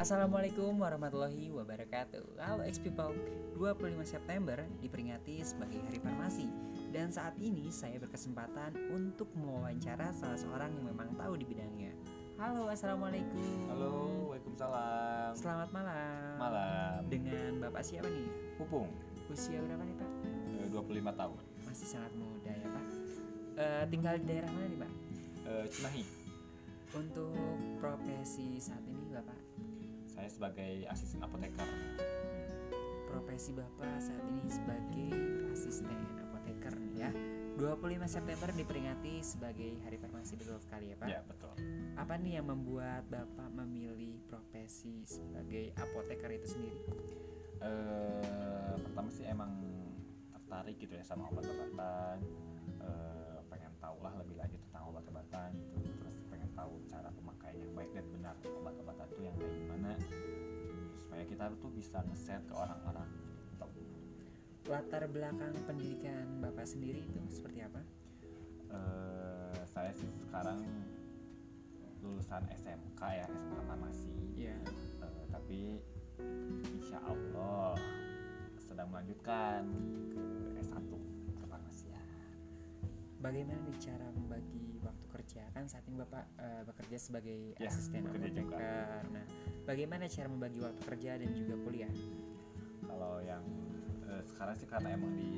Assalamualaikum warahmatullahi wabarakatuh. Halo X People, 25 September diperingati sebagai Hari Farmasi. Dan saat ini saya berkesempatan untuk mewawancara salah seorang yang memang tahu di bidangnya. Halo, Assalamualaikum. Halo, waalaikumsalam. Selamat malam. Malam. Dengan Bapak siapa nih? Pupung. Usia berapa nih Pak? 25 tahun. Masih sangat muda ya Pak. Tinggal di daerah mana nih Pak? Cimahi. Untuk profesi saat ini Bapak? Saya sebagai asisten apoteker. Profesi Bapak saat ini sebagai asisten apoteker nih ya. 25 September diperingati sebagai Hari Farmasi, betul sekali ya Pak? Ya, betul. Apa nih yang membuat Bapak memilih profesi sebagai apoteker itu sendiri? Pertama sih emang tertarik gitu ya sama obat-obatan. Pengen tahu lah lebih lanjut tentang obat-obatan gitu. Terus pengen tahu cara pemakaian yang baik dan benar obat-obatan itu yang kayak gimana, supaya kita tuh bisa nge-share ke orang-orang gitu. Latar belakang pendidikan Bapak sendiri itu seperti apa? Saya sih sekarang lulusan SMK ya, SMK Farmasi. Ya. Tapi insya Allah sedang melanjutkan ke S1 kefarmasian. Bagaimana nih cara membagi waktu kerja? Kan saat ini Bapak bekerja sebagai Ya, asisten bekerja juga. apoteker. Nah, bagaimana cara membagi waktu kerja dan juga kuliah? Kalau yang sekarang sih karena emang di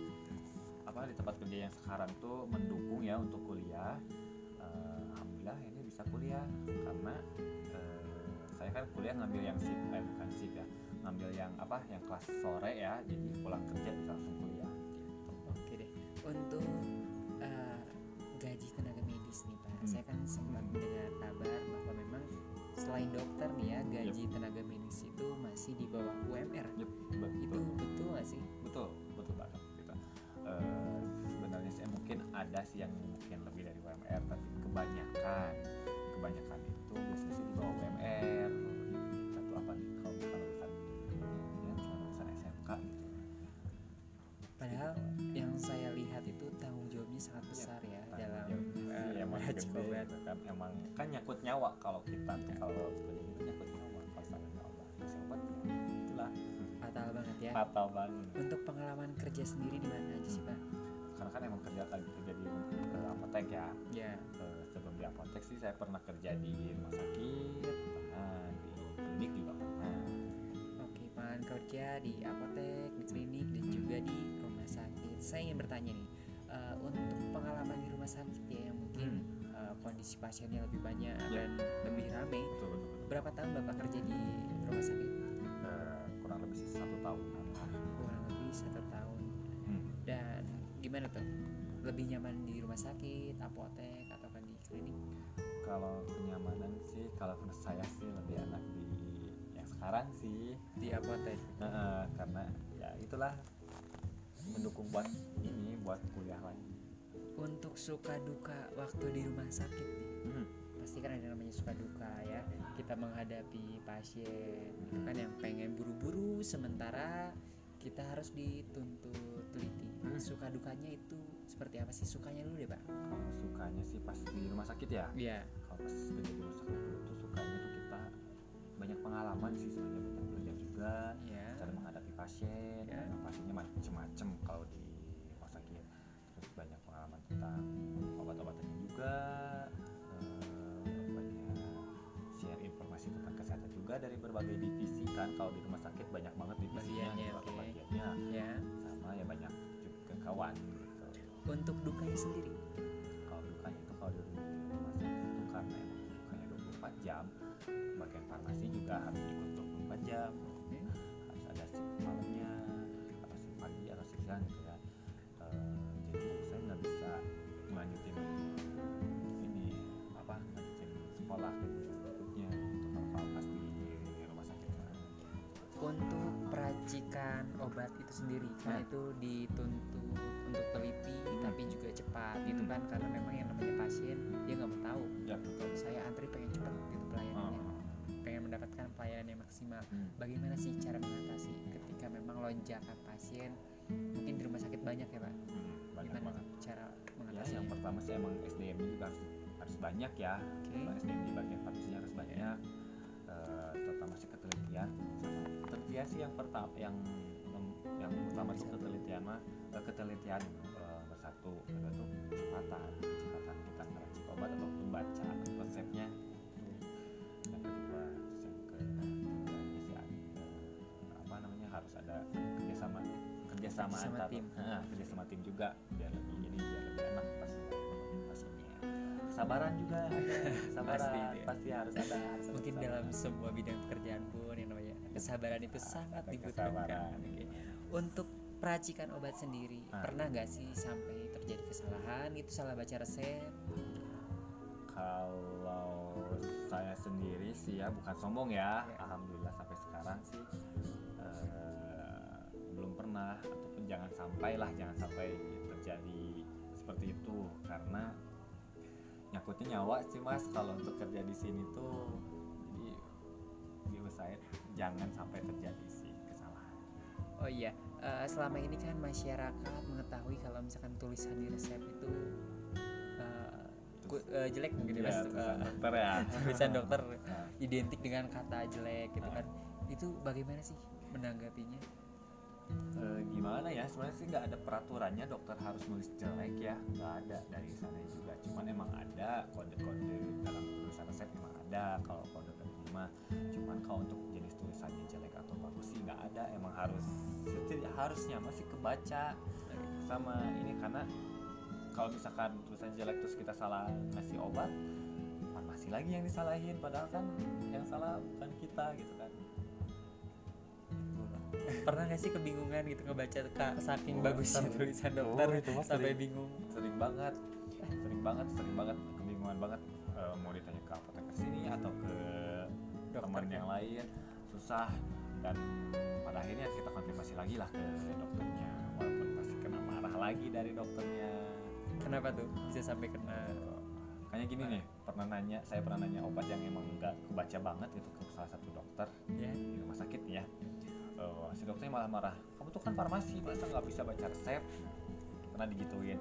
tempat kerja yang sekarang tuh mendukung ya untuk kuliah. Alhamdulillah ini bisa kuliah karena saya kan kuliah ngambil yang bukan shift ya, ngambil yang kelas sore ya, jadi pulang kerja bisa langsung kuliah gitu. Oke deh. Untuk gaji tenaga medis nih Pak, saya kan sempat mendengar kabar bahwa memang selain dokter nih ya, gaji tenaga medis itu masih di bawah UMR. Itu betul nggak sih? Betul banget gitu. Sebenarnya sih mungkin ada sih yang mungkin lebih dari UMR, tapi kebanyakan itu biasanya sih di bawah UMR. Satu apa nih kalau bukan lulusan ya cuma lulusan SMK gitu. Padahal yang saya lihat itu tanggung jawabnya sangat besar ya dalam emang meracik gede obat. gitu kan, emang kan nyangkut nyawa kalau kita tuh kalau kuliah itu nyangkut nyawa. Kalau sama Allah kasih obat ya itulah Fatal banget ya. fatal banget. Untuk pengalaman kerja sendiri di mana aja sih Pak? Karena kan emang kerja di apotek ya. Ya. Sebelum di apotek sih saya pernah kerja di rumah sakit, pernah di klinik juga pernah. Oke, pengalaman kerja di apotek, di klinik, dan juga di rumah sakit. Saya ingin bertanya nih, untuk pengalaman di rumah sakit ya, yang mungkin kondisi pasiennya lebih banyak dan lebih ramai. Betul. Berapa tahun Bapak kerja di rumah sakit? Kurang lebih sih 1 tahun. Kurang lebih 1 tahun. Dan gimana tuh? Lebih nyaman di rumah sakit, apotek, atau kan di klinik? Kalau kenyamanan sih, kalau menurut saya sih lebih enak di yang sekarang sih Di apotek. karena ya itulah mendukung buat kuliah lagi. Untuk suka duka waktu di rumah sakit nih, pasti kan ada namanya suka duka ya. Kita menghadapi pasien itu kan yang pengen buru-buru, sementara kita harus dituntut teliti. Suka dukanya itu seperti apa sih? Sukanya dulu deh Pak. Kalau sukanya sih pas di rumah sakit ya. Iya. Kalau pas kerja di rumah sakit dulu tuh sukanya tuh kita banyak pengalaman sih sebenarnya, banyak belajar juga cara menghadapi pasien. Memang pasiennya macem-macem kalau di rumah sakit. Terus banyak pengalaman tentang obat-obatannya juga, banyak share informasi tentang kesehatan juga dari berbagai divisi kan. Kalau di rumah sakit banyak banget divisinya, bagiannya Ya. sama ya, banyak juga kawan gitu. Untuk dukanya sendiri, Kalau dukanya itu kalau di rumah sakit itu karena emang dukanya 24 jam, bagian farmasi juga harus ikut 24 jam. Harus ada shift malamnya atau shift pagi atau shift siang gitu ya. Jadi saya nggak bisa melanjutin sekolah gitu berikutnya untuk kalau pas di rumah sakit. untuk peracikan obat itu sendiri kan itu dituntut untuk teliti tapi juga cepat gitu kan, karena memang yang namanya pasien dia nggak mau tahu. Ya betul. Saya antri pengen cepat gitu pelayanannya, pengen mendapatkan pelayanan yang maksimal. Bagaimana sih cara mengatasi ketika memang lonjakan pasien mungkin di rumah sakit banyak ya Pak? Banyak Gimana banget. cara Ya, mengatasi? yang pertama sih emang SDM juga harus banyak ya. SDM di bagian farmasinya harus banyak. terutama sih ketelitian sih yang pertama yang utama itu ketelitian ketelitian bersatu kedua tuh kecepatan kita ngeracik obat atau membaca resepnya, yang kedua terus yang ketiga sih harus ada kerjasama antar tim. Kerjasama tim juga biar lebih enak pas pasiennya. Kesabaran juga pasti harus ada. Mungkin dalam semua bidang pekerjaan pun yang namanya kesabaran itu sangat dibutuhkan. Okay. Untuk peracikan obat sendiri, pernah nggak sih sampai terjadi kesalahan itu, salah baca resep? Kalau saya sendiri sih ya, bukan sombong ya, alhamdulillah sampai sekarang sih belum pernah, ataupun jangan sampai terjadi seperti itu, karena nyangkutnya nyawa sih mas kalau untuk kerja di sini tuh. Jadi diusahain jangan sampai terjadi sih kesalahan. Oh iya, selama ini kan masyarakat mengetahui kalau misalkan tulisan di resep itu jelek mungkin ya, dokter ya. Tulisan dokter identik dengan kata jelek gitu kan. Itu bagaimana sih menanggapinya? Gimana ya, sebenarnya sih nggak ada peraturannya dokter harus nulis jelek ya, nggak ada dari sana juga. Cuman emang ada kode-kode dalam tulisan resep, emang ada kalau kode terima. Cuman kalau untuk jenis tulisannya jelek atau bagus sih nggak ada, emang harusnya masih kebaca sama ini, karena kalau misalkan tulisannya jelek terus kita salah ngasih obat, masih lagi yang disalahin, padahal kan yang salah bukan kita gitu kan. Pernah gak sih kebingungan gitu ngebaca saking bagusnya tulisan dokter sampai bingung? Sering banget kebingungan banget, mau ditanya ke apoteker sini atau ke teman yang lain susah, dan pada akhirnya kita konfirmasi lagi lah ke dokternya, walaupun pasti kena marah lagi dari dokternya. Kenapa tuh bisa sampai kena? Kayaknya gini nih, saya pernah nanya obat yang emang nggak kebaca banget gitu ke salah satu dokter di rumah sakit ya. Si dokternya malah marah, kamu tuh kan farmasi, masa nggak bisa baca resep? Pernah digituin.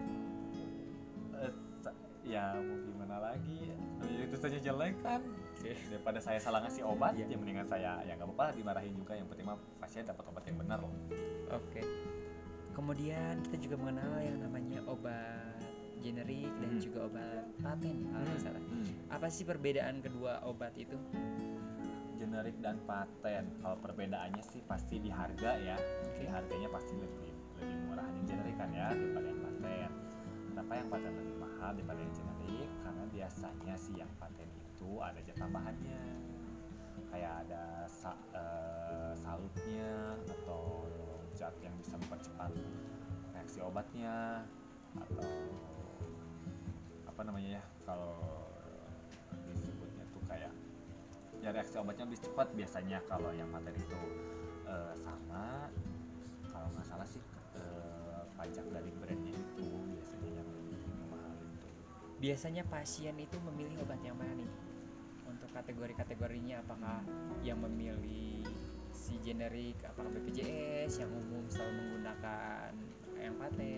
Ya mau gimana lagi, itu saja jelek kan. Daripada saya salah ngasih obat, ya mendingan saya ya nggak apa-apa dimarahin juga, yang penting mah pasien dapat obat yang benar loh. Oke. Kemudian kita juga mengenal yang namanya obat generik dan juga obat paten kalau nggak salah. Apa sih perbedaan kedua obat itu? Generik dan paten, kalau perbedaannya sih pasti di harga ya. Di harganya pasti lebih murah yang generik kan ya daripada yang paten. Kenapa yang paten lebih mahal daripada yang generik? Karena biasanya sih yang paten itu ada zat tambahannya, kayak ada salutnya atau zat yang bisa mempercepat reaksi obatnya, atau apa namanya ya, kalau disebutnya tuh kayak ya reaksi obatnya lebih cepat biasanya kalau yang paten itu. Sama kalau nggak salah sih pajak dari brandnya itu biasanya yang lebih mahal itu. Biasanya pasien itu memilih obat yang mana nih? Untuk kategori-kategorinya, apakah yang memilih si generik, apakah BPJS, yang umum selalu menggunakan yang paten?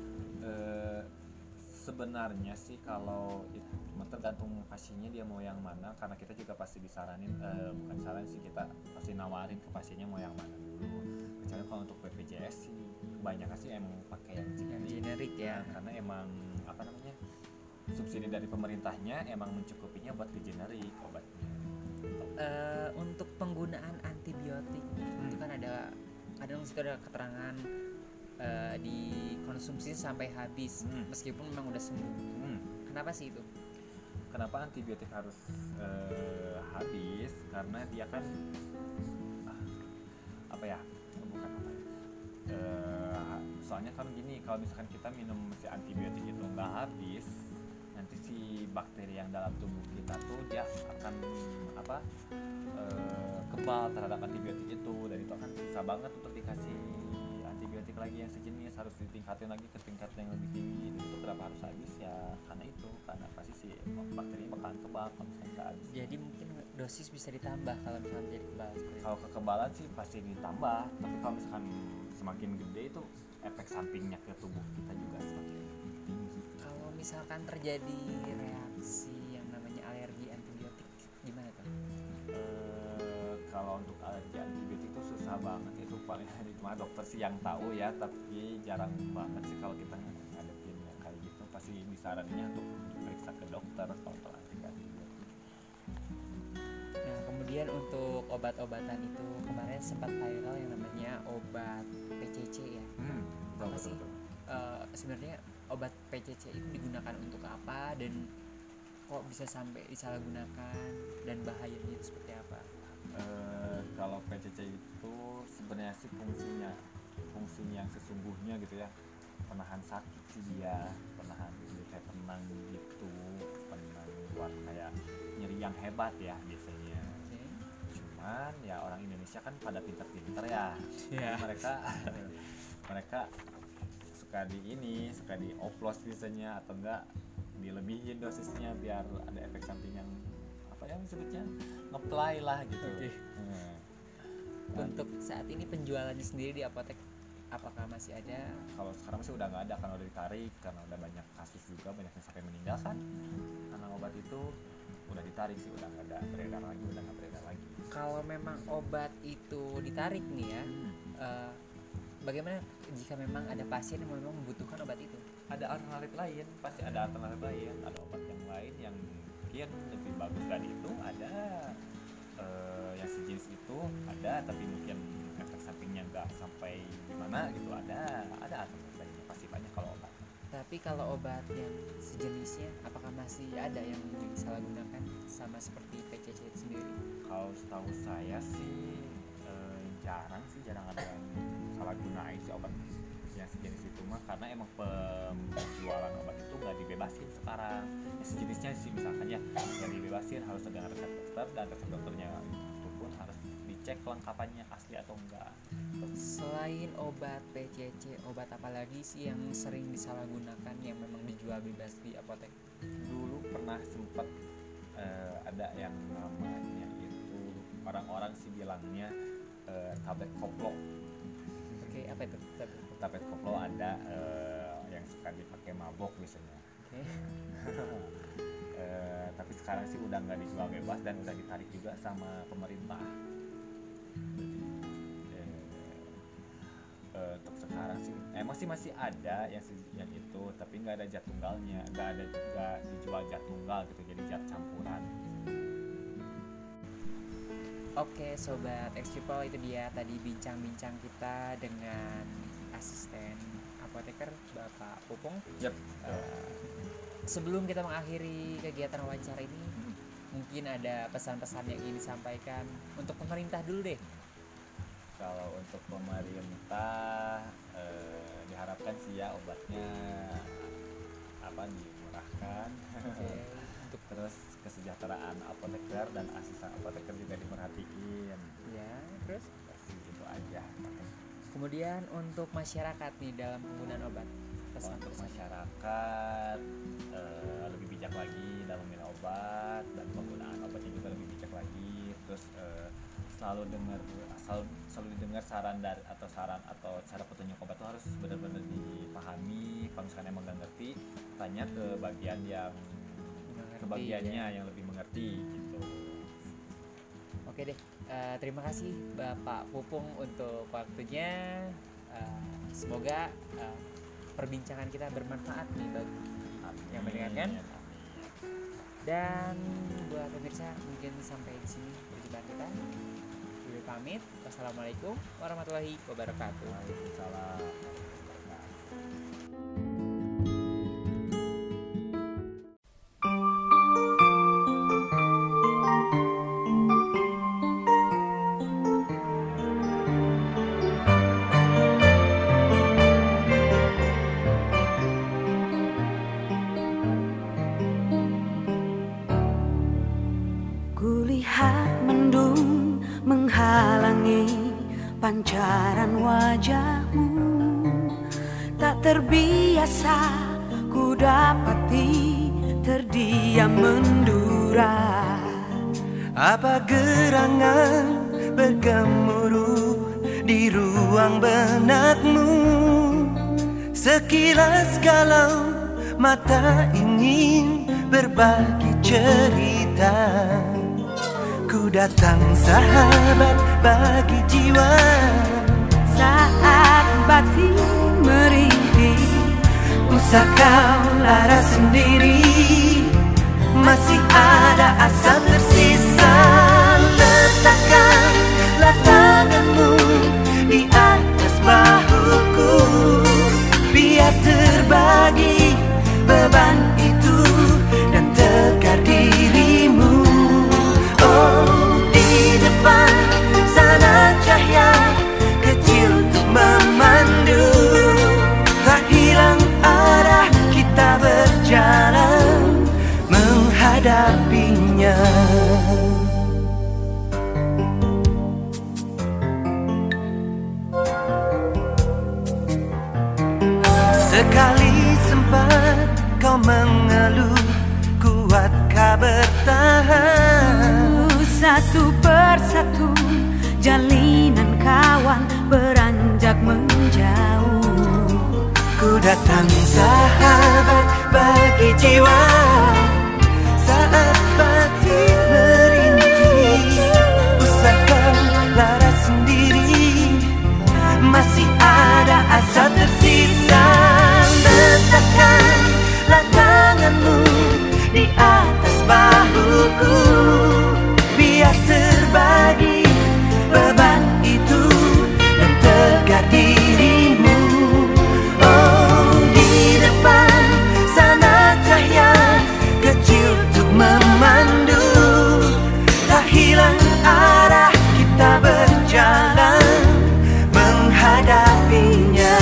Sebenarnya sih kalau itu tergantung pasiennya dia mau yang mana, karena kita juga pasti disaranin, bukan saran sih, kita pasti nawarin ke pasiennya mau yang mana dulu. Kecuali kalau untuk BPJS sih kebanyakan sih emang pakai yang generik ya, karena emang apa namanya, subsidi dari pemerintahnya emang mencukupinya buat ke generik obatnya. Untuk penggunaan antibiotik itu kan ada, kadang situ ada keterangan dikonsumsi sampai habis meskipun memang udah sembuh. Kenapa sih itu? Kenapa antibiotik harus habis? Karena dia kan soalnya kan gini, kalau misalkan kita minum si antibiotik itu nggak habis, nanti si bakteri yang dalam tubuh kita tuh dia akan kebal terhadap antibiotik itu, dan itu akan susah banget untuk dikasih antibiotik lagi yang sejenis, harus ditingkatin lagi ke tingkat yang lebih tinggi. Itu kenapa harus habis ya, karena pasti si bakteri bakalan kebal kalau misalnya nggak habis. Jadi mungkin dosis bisa ditambah kalau misalnya jadi kebal. Kalau kekebalan sih pasti ditambah, tapi kalau misalkan semakin gede itu efek sampingnya ke tubuh kita juga semakin tinggi. Kalau misalkan terjadi reaksi yang namanya alergi antibiotik, gimana tuh? Kalau untuk alergi antibiotik itu susah banget, itu paling cuma dokter sih yang tahu ya, tapi jarang banget sih kalau kita ngadepin yang kayak gitu. Pasti disarannya untuk periksa ke dokter kalau alergi antibiotik. Nah, kemudian untuk obat-obatan itu kemarin sempat viral yang namanya obat PCC ya. Apa sih? Sebenarnya obat PCC itu digunakan untuk apa dan kok bisa sampai disalahgunakan dan bahayanya itu seperti apa? Kalau PCC itu sebenarnya sih fungsinya yang sesungguhnya gitu ya, penahan sakit sih dia, penahan jadi kayak penang gitu, penang buat kayak nyeri yang hebat ya biasanya. Cuman ya orang Indonesia kan pada pinter-pinter ya. mereka suka dioplos biasanya, atau enggak dilebihin dosisnya biar ada efek samping yang apa ya disebutnya ngeplay lah gitu. Untuk saat ini penjualannya sendiri di apotek apakah masih ada? Kalau sekarang sih udah nggak ada karena udah ditarik, karena udah banyak kasus juga, banyak yang sampai meninggal kan karena obat itu udah ditarik sih, udah nggak beredar lagi. Kalau memang obat itu ditarik nih ya, bagaimana jika memang ada pasien yang memang membutuhkan obat itu? Ada alternatif lain, pasti ada alternatif lain, ada obat yang lain yang mungkin lebih bagus dari itu, ada yang sejenis itu ada, tapi mungkin efek sampingnya nggak sampai gimana gitu, ada alternatif lainnya, pasti banyak kalau obat. Tapi kalau obat yang sejenisnya apakah masih ada yang disalahgunakan sama seperti PCC itu sendiri? Kalau setahu saya sih jarang ada yang salah gunain si obat yang sejenis itu mah, karena emang penjualan obat itu nggak dibebasin sekarang. Yang sejenisnya sih misalkan ya nggak dibebasin, harus ada resep dokter, dan resep dokternya itu pun harus dicek kelengkapannya asli atau enggak. Selain obat PCC, obat apa lagi sih yang sering disalahgunakan yang memang dijual bebas di apotek? Dulu pernah sempat ada yang namanya itu, orang-orang sih bilangnya tablet koplo. Oke, apa itu? Tablet koplo ada yang suka dipakai mabok biasanya. Tapi sekarang sih udah nggak dijual bebas dan udah ditarik juga sama pemerintah. Untuk sekarang sih masih ada yang itu, tapi nggak ada zat tunggalnya, nggak dijual zat tunggal gitu, jadi zat campuran. Oke sobat X-People, itu dia tadi bincang-bincang kita dengan asisten apoteker Bapak Pupung. Yep. Sebelum kita mengakhiri kegiatan wawancara ini, mungkin ada pesan-pesan yang ingin disampaikan untuk pemerintah dulu deh. Kalau untuk pemerintah diharapkan sih ya obatnya dimurahkan. Terus kesejahteraan apoteker dan asisten apoteker juga diperhatiin. Ya, terus pasti itu aja. Kemudian untuk masyarakat nih dalam penggunaan obat, untuk masyarakat lebih bijak lagi dalam minum obat, dan penggunaan obatnya juga lebih bijak lagi. Terus selalu didengar saran atau cara petunjuk obat itu harus benar-benar dipahami. Kalau misalkan emang nggak ngerti, tanya ke bagiannya yang lebih mengerti gitu. Oke deh, terima kasih Bapak Pupung untuk waktunya. Semoga perbincangan kita bermanfaat nih bagi yang mendengarkan. Dan buat pemirsa, mungkin sampai di sini perjumpaan kita. Dulu pamit. Wassalamualaikum warahmatullahi wabarakatuh. Waalaikumsalam. Kulihat mendung menghalangi pancaran wajahmu, tak terbiasa ku dapati terdiam mendura. Apa gerangan bergemuruh di ruang benakmu? Sekilas kalau mata ingin berbagi cerita, ku datang sahabat bagi jiwa. Saat batin merintih, usah kau lara sendiri. Masih ada asa tersisa. Letakkanlah tanganmu di atas bahuku, biar terbagi beban itu dan tegar dirimu. Oh, di depan sana cahaya kecil untuk memandu. Tak hilang arah kita berjalan menghadapinya. Sekali sempat kau mengeluh, kuatkah bertahan? Satu persatu jalinan kawan beranjak menjauh. Ku datang sahabat bagi jiwa. Saat batin merintih, usah kau lara sendiri. Masih ada asa tersisa. Letakkanlah tanganmu di atas bahuku, biar terbagi beban itu dan tegar dirimu. Oh, di depan sana cahaya kecil untuk memandu. Tak hilang arah kita berjalan menghadapinya.